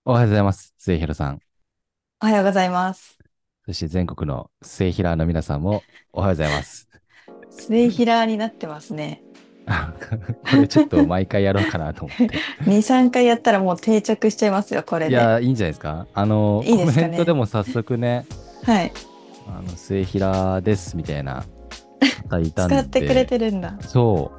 おはようございます。末広さん。 おはようございます。 そして全国の末平の皆さんもおはようございます。 末平になってますね。 これちょっと毎回やろうかなと思って。 2、3回やったらもう定着しちゃいますよ、これで。 いや、いいんじゃないですか。 いいコですかね。 メントでも早速ね、 はい。 末平ですみたいな方いた使ってくれんで、 てるんだ。 そう。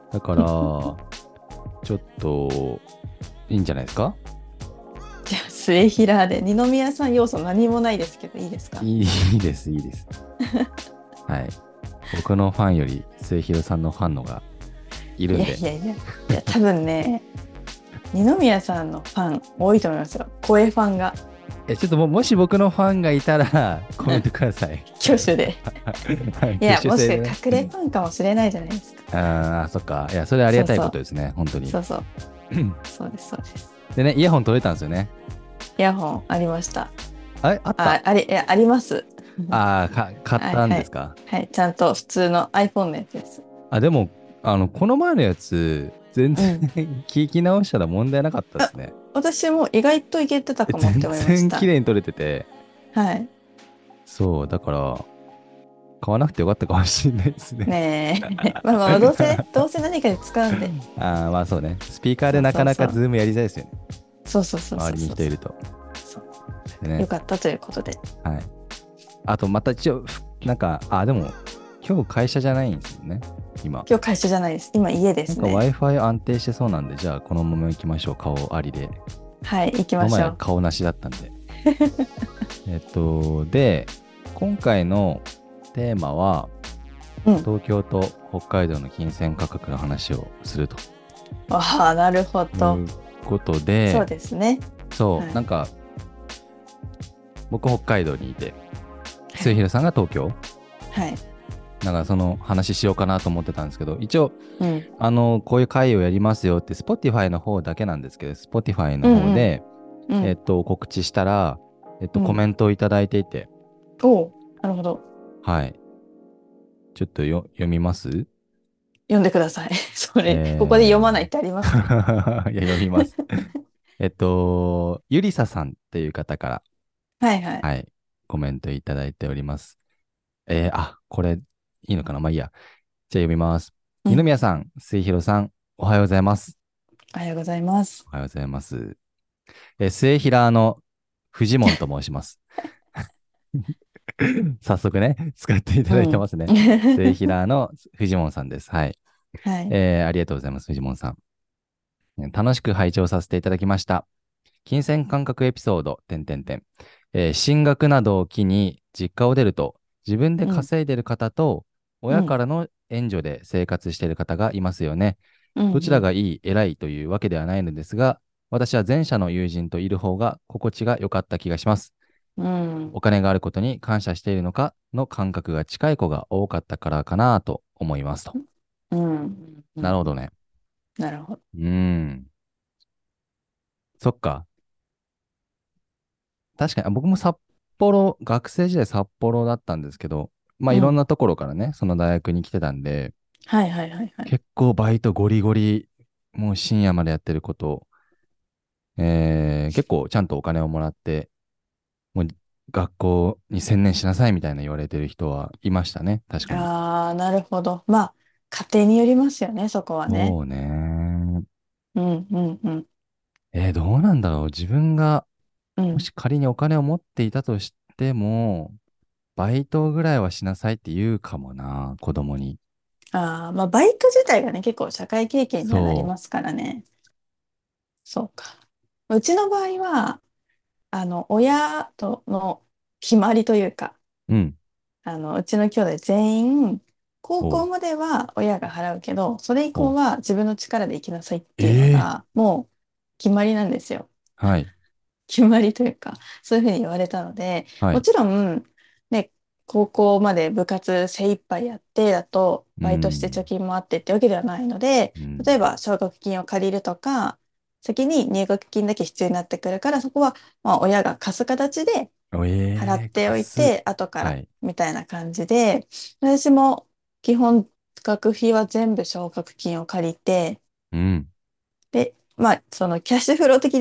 だから、ちょっと、いいんじゃないですか。 じゃあ、末平で。二宮さん要素何もないですけど、いいですか？ いいです、いいです。はい。僕のファンより末広さんのファンのがいるいやんで。 いやいや。いや、多分ね、二宮さんのファン多いと思いますよ。声ファンが。 ちょっともし僕のファンがいたらコメンうん。 トください。 挙手で。 はい、挙いや、もしか手制でね。 隠れファンかもしれないじゃないですか。 そっか。いや、それありがたいそうそう。 ことですね。本当に。 そうそう。そうです、そうです。 でね、イヤホン取れたんですよね。 イヤホンありました。 あった。 いや、あります。 買ったんはいはい。 ですか？ はい。ちゃんと普通の iPhone のやつです。 でも、この前のやつ、全然うん。 聞き直したら問題なかったであ、 すね。 私も意外といけてたかもって全思いました。 然綺麗に撮れてて、 はい。 そう、だから、買わなくてよかったかもしれないですね。 ねえ。まあまあ、どうせ何かで使うんで。 まあそうね。スピーカーでそうなかそうそう。 なかズームやりづらいですよね。 そうそうそう周りにそうそうそう。 人いると。 そう。 でね。 よかったということで。 はい。あと、また一応、なんか、でも、今日会社じゃないんですよね。今。 今日会社じゃないです。今家でなんかすね。 Wi-Fi 安定してそうなんで、じゃあこのまま行きましょう。顔ありで。 はい。行きこの前ましょう。 は顔なしだったんで。で、今回のテーマは、 うん。 東京と北海道の金銭価格の話をするとああ、なるほど。 いうことそうで、 ですね。 そう、 はい。 なんか、僕北海道にいて、 はい。 末広さんが東京。 はい。 なんかその話しようかなと思ってたんですけど、一応、 うん。 こういう会をやりますよって、Spotify の方だけなんですけど、Spotify のうんうん。 方で、 うん。 告知したら、コうん。 メントをいただいていて、 おう。なるほど。 はい。ちょっと読みます。 読んでください。それ、ここで読まないっえてありますか？ いや、読みます。ゆりささんっていう方から、 はいはい。 はい、コメントいただいております。これ、いいのかな、まあいいや。じゃあ読みます。 うん。 二宮さん、末広さん、おはようございます。 おはようございます。 おはようございます。末平のフジモンと申します。早速ね、使っていただいてうん。 ますね。末平のフジモンさんです。はい。 はい。 ありがとうございます、フジモンさん。楽しく拝聴させていただきました。金銭感覚エピソード、点々点。進学などを機に実家を出ると、自分でうん。 稼いでる方と、 うん。 親からの援助で生活している方がいますよね。 うん。 どちらうん。 がいい、偉いというわけではないのですが、私は前者の友人といる方が心地が良かった気がします。 うん。 お金があることに感謝しているのかの感覚が近い子が多かったからかなと思いますと。 うん。うん。 なるほどね。 なるほど。 うーん。そっか。確かに、僕も学生時代札幌だったんですけど、まあうん。 いろんなところからね、その大学に来てたんで、 はいはいはいはい。 結構バイトゴリゴリ、もう深夜までやってること、結構ちゃんとお金をもらって、もう学校に専念しなさいみたいな言われてる人はいましたね。確かに。 ああ、なるほど。まあ、家庭によりますよね、そこはね。 そうね。 うん。うん。うん。 どうなんだろう。自分が、 うん。 もし仮にお金を持っていたとしても、バイトぐらいはしなさいって言うかもな、子供に。 ああ、まあ、バイト自体がね、結構社会経験にはなりそますからね。そうか。うちの場合は、親との決まりというか、 う。うん。 うちの兄弟全員、高おう。 校までは親が払うけど、それ以おう。 降は自分の力で行きなさいっていうのええが、もう決まりなんですよ。 はい。 決まりというか、そういうふうに言われたので、 はい。 もちろん、ね、高校まで部活精一杯やってだと、 うバイトして貯ん。 金もあってってわけではないので、 うん。 例えば奨学金を借りるとか、先に入学金だけ必要になってくるから、そこはまあ親が貸す形で払ってお貸す。 いて、後からはい。 みたいな感じで、私も基本学費は全部奨学金を借りて、 うん。 で、まあ、そのキャッシュフロー的にね、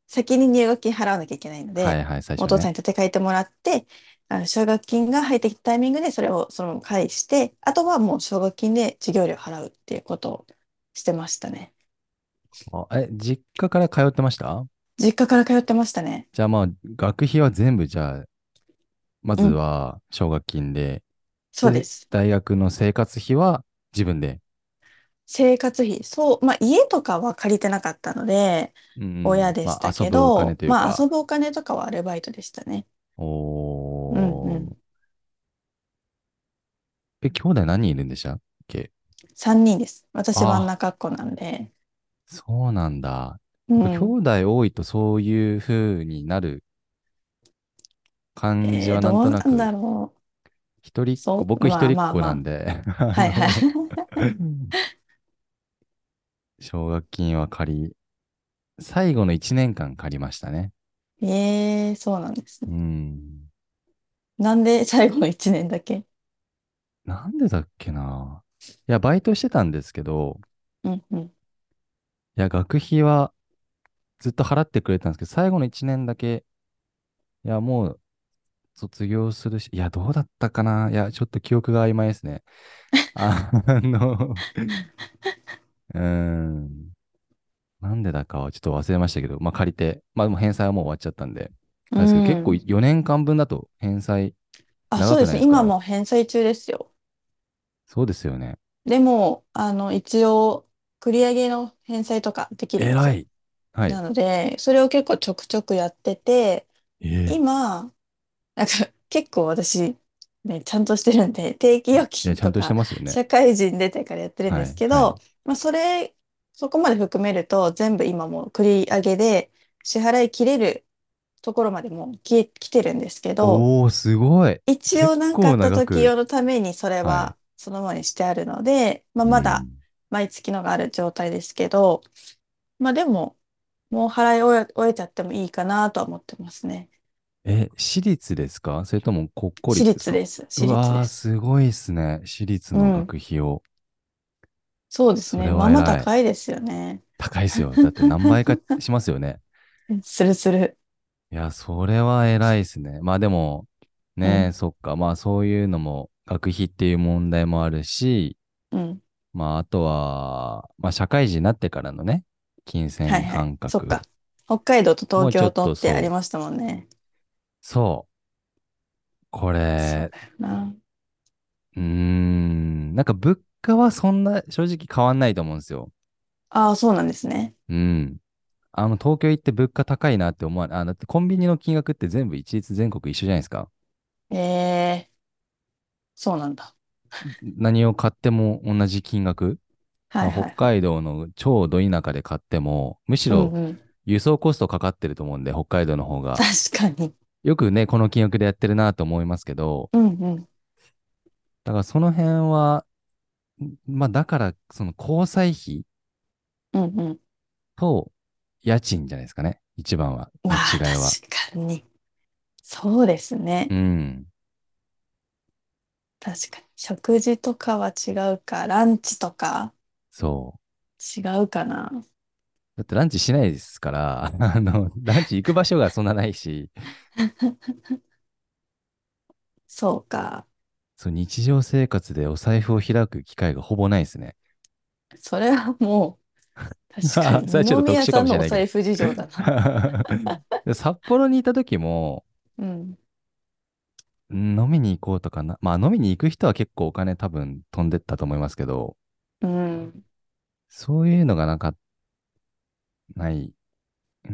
先に入学金払わなきゃいけないので、 はいはい、最初ね。 お父さんに立て替えてもらって、奨学金が入ってきたタイミングでそれをそのまま返して、あとはもう奨学金で授業料払うっていうことをしてましたね。 実家から通ってました？ 実家から通ってましたね。 じゃあまあ、学費は全部じゃあ、まずうん、 は奨学金で、 そうです。 大学の生活費は自分で。 生活費、そう、まあ家とかは借りてなかったので、 うんうん。まあ、 親でした遊ぶお金けど、まあというか。 遊ぶお金とかはアルバイトでしたね。うんうん。 おー。兄弟何人いるんでしたっけ？ 3人です。私真んあ、 中っ子なんで。 そうなんだ。やっぱ兄うん。 弟多いとそういう風になる感じはなんどうなんとなく、 だろう。 一人っ子、 そう、 僕一まあ人っ子なまあまあ。 んではいはい。 奨学金は最後の1年間借りましたね。 そうなんですうね。 ん。 なんで最後の1年だけ？ なんでだっけな。いや、バイトしてたんですけど、 うんうん。 いや、学費はずっと払ってくれたんですけど、最後の1年だけ、いや、もう卒業するし、いや、どうだったかな。いや、ちょっと記憶が曖昧ですね。うーん。なんでだかはちょっと忘れましたけど、まあ借りて、まあでも返済はもう終わっちゃったんで、 うあれですけど、結構ん。 4年間分だと返済あ、そ長うですね。 くないですか？ 今も返済中ですよ。 そうですよね。 でも、一応、繰り上げの返済とかできるんですよ。 偉い。はい。 なので、それを結構ちょくちょくやってて、 ええ、 今、なんか結構私、ね、ちゃんとしてるんで、定期預いや、ちゃんとして金とか、 ますよね。 社会人出てからやってるんではい、 すけど、 はい。 まあ、そこまで含めると、全部今もう繰り上げで、支払い切れるところまでもう来てるんですけど、 おー、すごい。 一応結構何かあった長く、 時用のためにそれはい。 はそのままにしてあるので、まあ、まだうん。 毎月のがある状態ですけど、まあでも、もう払い終えちゃってもいいかなとは思ってますね。 私立ですか？それとも国公私立ですか？ 立です。私うわー、 立です。 すごいっすね。私立のうん。 学費を。 そうですね。 それまあまあは偉い。 高いですよね。 高いですよ。だって何倍かしますよね。 するする。 いや、それは偉いですね。まあでも、ねえ、 うん。 そっか。まあそういうのも、学費っていう問題もあるし、 うん。 まああとは、まあ社会人になってからのね、金銭はいはい。 感覚そっか。北海道と東もうちょっ京とってありとそう、 ましたもんね。 そう、これ、 そうだよな。 なんか物価はそんな正直変わんないと思うんですよ。 ああ、そうなんですね。 うん。東京行って物価高いなって思わない。だってコンビニの金額って全部一律全国一緒じゃないですか。 ええ、そうなんだ。 何を買っても同じ金額。 はいまあ、北はいはい。 海道の超ど田舎で買っても、むしろうんうん。 輸送コストかかってると思うんで、北海道の方が。 確かに。 よくね、この金額でやってるなと思いますけど、 うんうん。 だからその辺は、まあだから、その交際費うんうん。 と家賃じゃないですかね。一番は、のまあ、確違いは。 かに。そうですね。 うん。 確かに。食事とかは違うか、ランチとかそう。 違うかな。 だってランチしないですから、ランチ行く場所がそんなないし、 そうか。 そう、日常生活でお財布を開く機会がほぼないですね。 それはもう、確かに、 それはちょっと特殊か二宮さんもしれないけど。 のお財布事情だな。 で札幌にいた時も、 うん。 飲みに行こうとかな。まあ飲みに行く人は結構お金多分飛んでったと思いますけど、 うん。 そういうのがない。うん。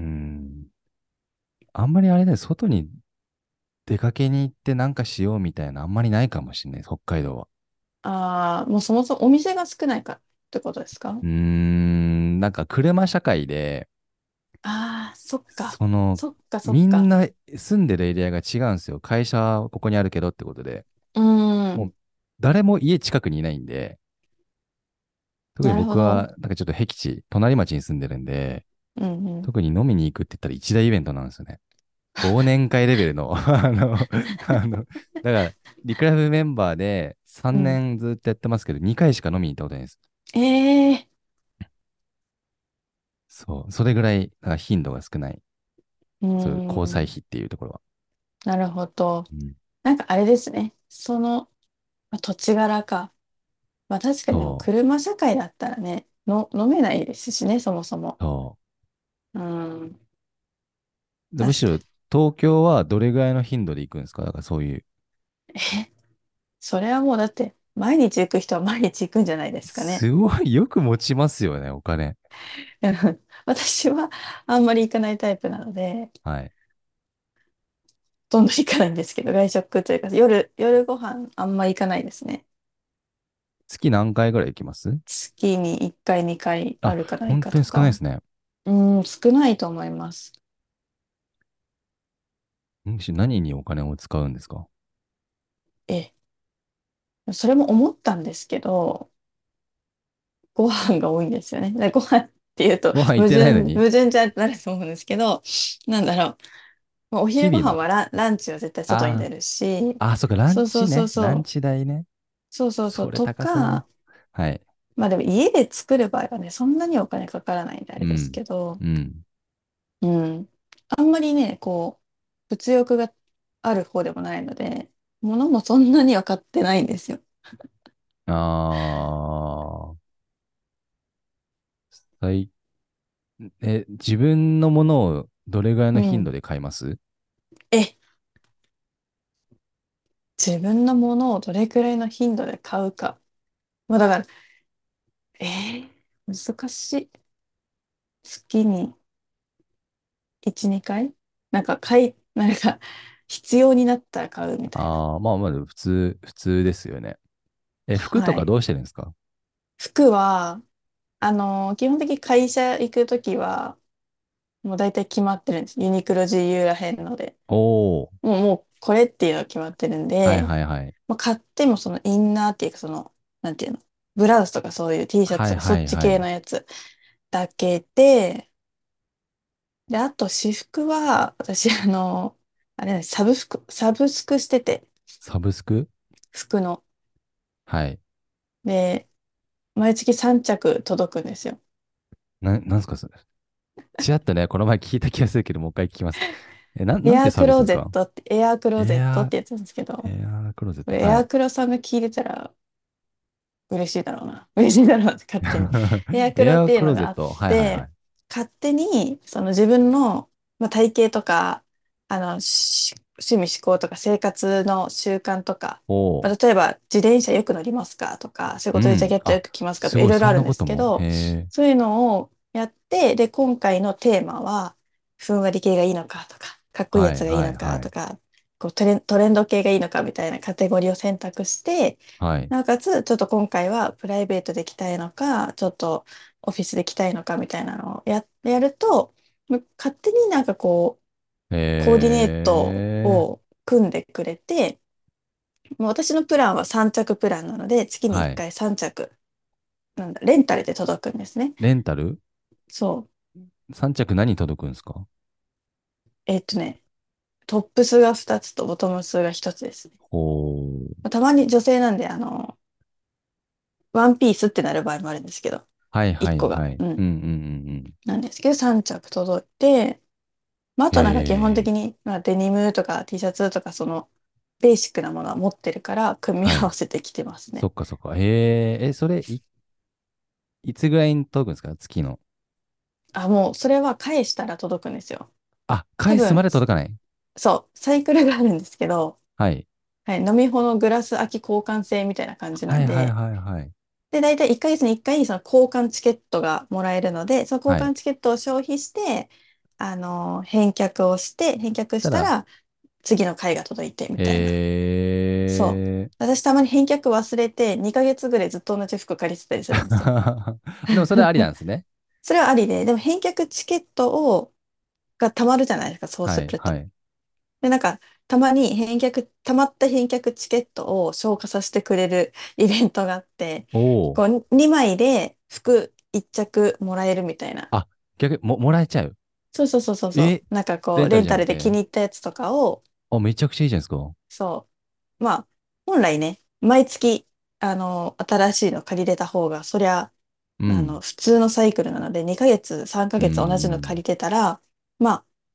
あんまりあれね、外に出かけに行ってなんかしようみたいなあんまりないかもしれない、北海道は。 ああ、もうそもそもお店が少ないからってことですか？ なんか車社会で、 ああー、そっか。 その、 そっかそっか。 みんな住んでるエリアが違うんですよ。会社はここにあるけどってことで。 うーん。 もう、誰も家近くにいないんで、特になるほど。 僕は、なんかちょっと僻地、隣町に住んでるんで、 うんうん。 特に飲みに行くって言ったら一大イベントなんですよね。忘年会レベルのだから、リクラブメンバーで3 うん。 年ずっとやってますけど、2回しか飲みに行ったことないです。 ええ、 そう。それぐらい、だから頻度が少ない。 うーそういう交際ん。 費っていうところは。 なるほど。 うん。 なんかあれですね。土地柄か。まあ確かにでもそう。 車社会だったらね、飲めないですしね、そもそも。 そうん。 う。で、むしろ確か東京はどれぐらいの頻度で行くんですか？だからそういう、 に。それはもうだって、毎日行く人は毎日行くんじゃないですかね。 すごいよく持ちますよね、お金。 うん私はあんまり行かないタイプなので、 はい。 ほとんど行かないんですけど、外食というか、夜ご飯あんまり行かないですね。 月何回ぐらい行きます？ 月に1回、2回ああ、 るかない本当にかとか。 少ないですね。 うん、少ないと思います。 むしろ何にお金を使うんですか？ え、それも思ったんですけど、ご飯が多いんですよね。でご飯っていうとご飯行ってないのに矛盾じゃなると思うんですけど、なんだろう。まあお昼ご日々の。 飯はランチは絶対外にあ出るし、 あ、あ、そっか、ランそうそうそうチね。ランそう、 チ代ね。 そうそうそう、 それと高そか、 う。はい。 まあでも家で作る場合はね、そんなにお金かからないんであれですうん。 けど、 うん。 うん。あんまりね、物欲がある方でもないので、物もそんなには買ってないんですよ。 ああ、最自分のものをどれぐらいうん。 の頻度で買います？ え、自分のものをどれくらいの頻度で買うか。まあだから、難しい。月に1、2回なんか、必要になったら買うみたいな。 ああー、まあまあ、普通ですよね。服とはい。 かどうしてるんですか？ 服は、基本的に会社行くときは、もう大体決まってるんです。ユニクロ GU らへんので。 おー、 もうこれっていうのが決まってるんはいで、 はいはい。 まあ、買ってもそのインナーっていうかなんていうの、ブラウスとかそういう T シャツはいとかそっちはいはい。 系のやつだけで、あと私服は、私あれね、サブスクしてて、 サブスク。 服の。 はい。 で、毎月3着届くんですよ。 なんすかそれ。ちらっとね、この前聞いた気がするけど、もう一回聞きます。なんてサーエアークロービスですか？ ゼットって、エアークローゼットっエアてやつなんですけど、 エアクローゼット。 これエアーはい。 クロさんが聞いてたら嬉しいだろうな。嬉しいだろうなって勝手に。エアクロっエアていうのがあっクローゼット。はいはいはて、 い。 勝手にその自分の、まあ、体型とか、趣味嗜好とか生活の習慣とか、 おー。 まあ、例えば自転車よく乗りますかとか、仕事でジャうん。あ、 ケットよく着ますかとか、いすごい、そんろいろあるんでなことも。 すけど、 へえ。 そういうのをやって、で、今回のテーマは、ふんわり系がいいのかとか、かっこいいやはいつがいいのはいはい。 かとか、トレンド系がいいのかみたいなカテゴリーを選択して、 はい。 なおかつ、ちょっと今回はプライベートで着たいのか、ちょっとオフィスで着たいのかみたいなのをやると、勝手にコーディネートへえ。 を組んでくれて、もう私のプランは3着プランなので、月に1 はい。 回3着、レンタルで届くんですね。 レンタル？ そう。 3 着何届くんですか？ えっとね、トップスが2つとボトムスが1つですね。 ほう。 たまに女性なんで、ワンピースってなる場合もあるんですけど、 はいは 1個が。 いはい。 うん。 うんうんなんですけど、3着届いて、まあ、あうんうん。 となんか基本へえ。 的に、まあ、デニムとか T シャツとかベーシックなものは持ってるから組みはい。 合わせてきてますね。 そっかそっか。へえ。それ、いつぐらいに届くんですか？月の。 あ、もうそれは返したら届くんですよ。 あ、返すま多分、 で届かない。 そう、サイクルがあるんですけど、 はい。 はい、飲み物グラス空き交換制みたいな感じなはいはいんで、 はいはい。 で、大体1ヶ月に1回その交換チケットがもらえるので、その交はい。 換チケットを消費して、返却ただ、 したら次の回が届いてみへたいな。そう。 え。 私たまに返却忘れて2ヶ月ぐらいずっと同じ服借りてたりするんですよ。 でもそれはありなんですね。 それはありで、でも返却チケットが貯まるじゃないですか、そうはすると。 いはい。 で、なんか、たまに溜まった返却チケットを消化させてくれるイベントがあって、 おお。 2枚で服1着もらえるみたいな。 あ、もらえちゃう。 そうそうそうそうそえ、 う。なんかレンタルレンタルで気じゃなくて。 に入ったやつとかを、 あ、めちゃくちゃいいじゃないですか。 そう。まあ、本来ね、毎月、新しいの借りれた方が、そりゃ、 うん。 普通のサイクルなので、2ヶ月、3 うヶ月同じの借ん。 りてたら、まあ、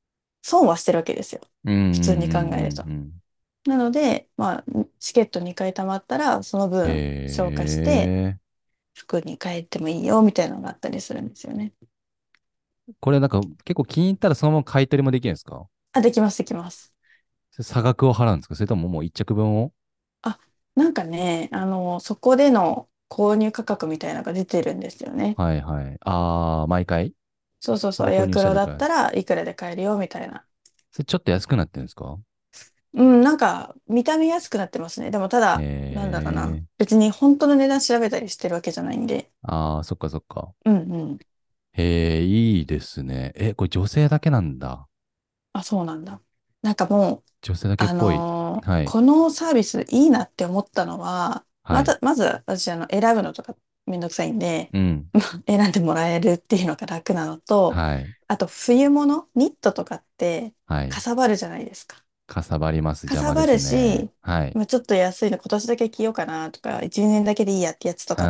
損はしてるわけですよ。 うんうん普通に考えると。 うんうんうん。 なので、まあ、チケット2回貯まったら、その分消化して、 へえ。 服に変えてもいいよ、みたいなのがあったりするんですよね。 これなんか結構気に入ったらそのまま買い取りもできるんですか？ あ、できます、できます。 それ差額を払うんですか？それとももう一着分を？ あ、なんかね、そこでの購入価格みたいなのが出てるんですよね。 はいはい。ああ、毎回そうそうそう、エ購アクロだっ入したりか。 たらいくらで買えるよ、みたいな。 それちょっと安くなってるんですか？ うん、なんか、見た目安くなってますね。でも、たへだ、なんだかな。 え。 別に本当の値段調べたりしてるわけじゃないんで。 ああ、そっかそっか。 うんうん。 へえ、いいですね。え、これ女性だけなんだ。 あ、そうなんだ。なんかもう、 女性だけっぽい。はい。 このサービスいいなって思ったのは、 はい。 まず私、選ぶのとかめんどくさいんで、 うん。 選んでもらえるっていうのが楽なのと、 はい。 あと冬物、ニットとかってはい。 かさばるじゃないですか。 かさばります。邪魔でかさばるすね。 し、 はい。 まあ、ちょっと安いの今年だけ着ようかなとか、1年だけでいいやってやつとうーかって、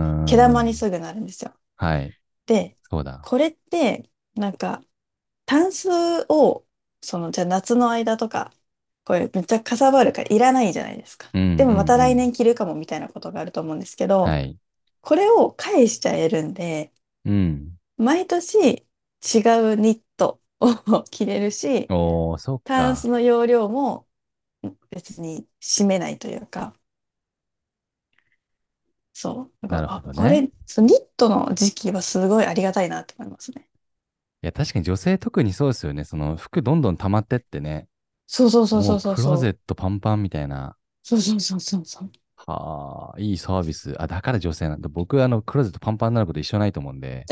毛玉にん。 すぐなるんですよ。 はい。 で、 そうだ。 これって、なんか、タンスを、じゃあ夏の間とか、これめっちゃかさばるからいらないじゃないですか。 うんうんでもまたうん。 来年着るかもみたいなことがあると思うんですけど、 はい。 これを返しちゃえるんで、 うん。 毎年違うニットを着れるし、 おー、そっタンスか。 の容量も別に占めないというか、そう。なんか、 なるほあ、 どね。 これ、ニットの時期はすごいありがたいなって思いますね。 いや、確かに女性特にそうですよね。その服どんどん溜まってってね。 そうそうそうそうそうもうクローそう。 ゼットパンパンみたいな。 そうそうそうそうそう。 はあ、いいサービス。あ、だから女性なんだ。僕、クローゼットパンパンになること一緒ないと思うんで。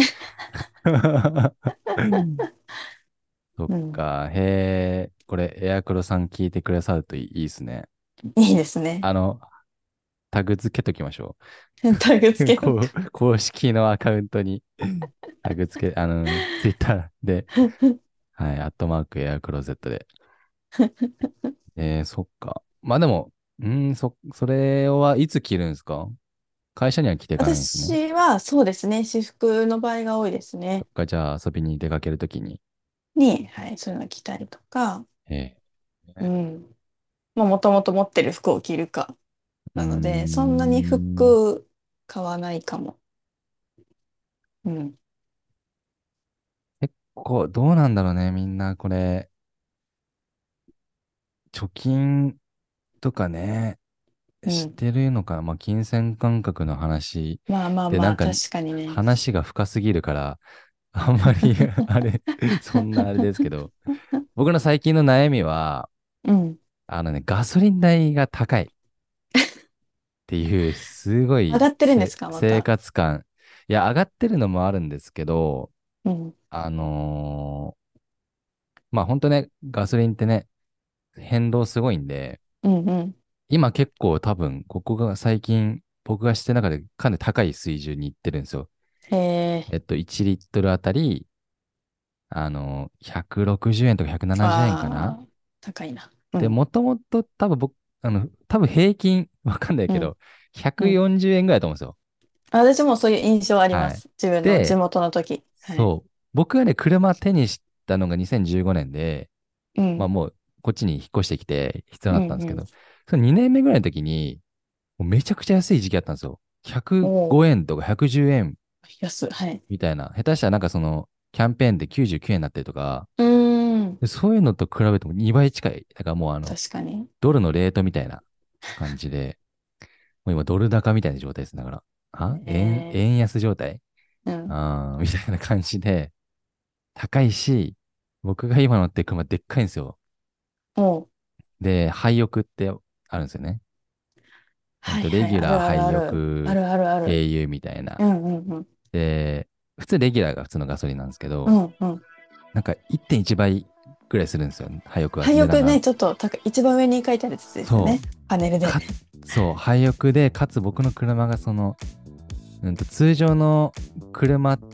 そっうん。 か。へえ、これ、エアクロさん聞いてくださるといいですね。 いいですね。 あの、タグ付けときましょタグつう。 けようか。 公式のアカウントにタグ付け、ツイッターで、はい、アットマークエアクローゼットで。そっか。まあでも、それはいつ着るんですか？会社には着ていかないんですね。 私はそうですね。私服の場合が多いですね。 そっか、じゃあ遊びに出かけるときに。 はい、そういうの着たりとか、 えうー、 ん。まあ、もともと持ってる服を着るか。 うーなので、そんなにん。 服買わないかも。うん。 結構、どうなんだろうね。みんな、これ、貯金とかね、 うん。 してるのかな。まあ、金銭感覚の話まあまあで、なまあ、 んか、 確かにね。 話が深すぎるから、あんまりあれ、そんなあれですけど、僕の最近の悩みは、 うん。 ガソリン代が高いっていう、すごい上がってるんですか、ま生た。 活感。いや、上がってるのもあるんですけど、 うん。 まあ本当ね、ガソリンってね、変動すごいんで、 うんうん。 今結構多分、ここが最近、僕がしてる中でかなり高い水準に行ってるんですよ。 へえ。 1リットルあたり、160円とか170円かな。 ああ、高いな。うで、 ん。 もともと多分僕、多分平均、わかんないうん。 けど、 うん。 140円ぐらいだと思うんですよ。 私もそういう印象ありはい。 ます。自分の地で、 元の時。はい。 そう。僕がね、車手にしたのが2015年で、 うん。 まあもう、こっちに引っ越してきて必要にうんうん。 なったんですけど、その2年目ぐらいの時に、もうめちゃくちゃ安い時期あったんですよ。 お 105 お、 円とか110円はい。 みたいな。下手したらなんかその、キャンペーンで99円になったりとか、 うーん。 でそういうのと比べても2倍近い。だからもう確かに。 ドルのレートみたいな感じで、もう今ドル高みたいな状態です。だから、 え円安状態うん。 みたいな感じで、高いし、僕が今乗ってる車でっかいんですよ。 おう。 で、廃屋ってあるんですよね。レはいはい。 ギュラー、 あるある廃ある。あ屋、 るあるある。 軽油みたいな。 うんうんうん。 で、普通レギュラーが普通のガソリンなんですけうど、 んうん。 なんか1.1倍ぐらいするんですよ。廃屋は廃屋ね、 値段が。 ちょっと一番上に書いてあるやつですよね。 そう。 パネルで。 そう、廃屋で、かつ僕の車が通常の車って、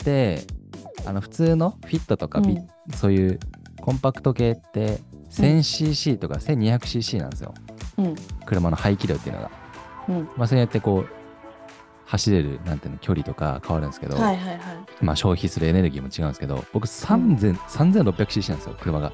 普通のフィットとかうんそういうコンパクト系ってうん 1000cc とか 1200cc なんですよ。 うん車の排気量っていうのが。 うん。 まあ、それによってこう、走れる、なんていうの、距離とか変わるんですけど、 はいはいはい。 まあ、消費するエネルギーも違うんですけど、僕うん。 3600cc なんですよ、車が。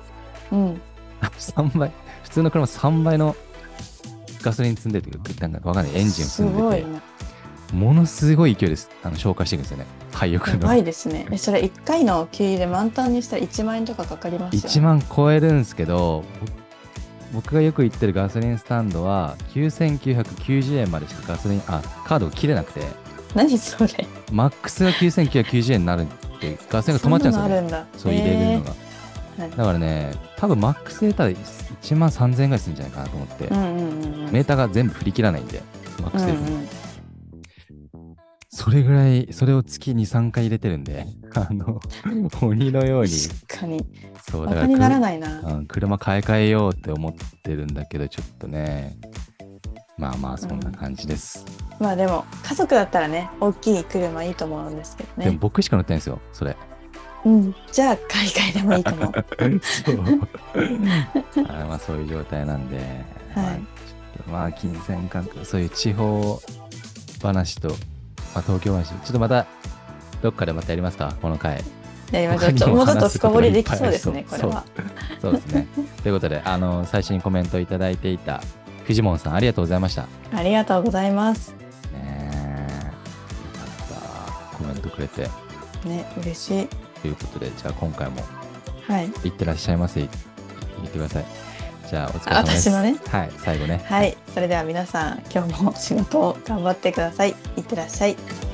うん。 3倍、普通の車3倍のガソリン積んでるというか、なんかわかんない、エンジンを積んでて、 すごいな。 ものすごい勢いです。消化していくんですよね。廃やば屋の。 いですね。それ1回の給油で満タンにしたら1万円とかかかりますよ 1 ね。 万超えるんですけど、僕がよく行ってるガソリンスタンドは9990円までしかカードが切れなくて、 何それ。 マックスが9990円になるってガソリンが止そんなまっちゃうんですよね。 のあるんだ。 そう入れるのが。 はい。 だからね、多分マックスで入れたら1万3000円ぐらいするんじゃないかなと思って、 うんうんうんうん。 メーターが全部振り切らないんで、マックうんスで入れても。 うん。 それぐらい、それを月2、3回入れてるんで、鬼のように、 確かに。 そう、だバカにならからないな。 車買い替えようって思ってるんだけど、ちょっとね、まあまあ、そんな感じです。 まあでも、家族だったらね、大きい車いいと思うんですけどでもね。 僕しか乗ってないんですよ、それ。 うん。じゃあ、海外でもいいと思う。 そう。まあそういう状態なんで、まあ、ちはい。 ょっとまあ金銭感覚、そういう地方話と、まあ、東京話、ちょっとまたどっかでまたやりますか、この回。 やりましょう。 他にももうちょっと話すことがいっ深掘りできぱいありそう。 そうですね、これそう、 は。 そうですね。ということで、最初にコメントいただいていたフジモンさん、ありがとうございました。 ありがとうございます。 ねえ、よかった。コメントくれて。 ね、嬉しい。 ということで、じゃあ今回も、 はい。 いってらっしゃいませ。言ってください。じゃあ、お疲れ様です。 私のね。 はい、最後ね。 はい。それでは皆さん、今日も仕事を頑張ってください。いってらっしゃい。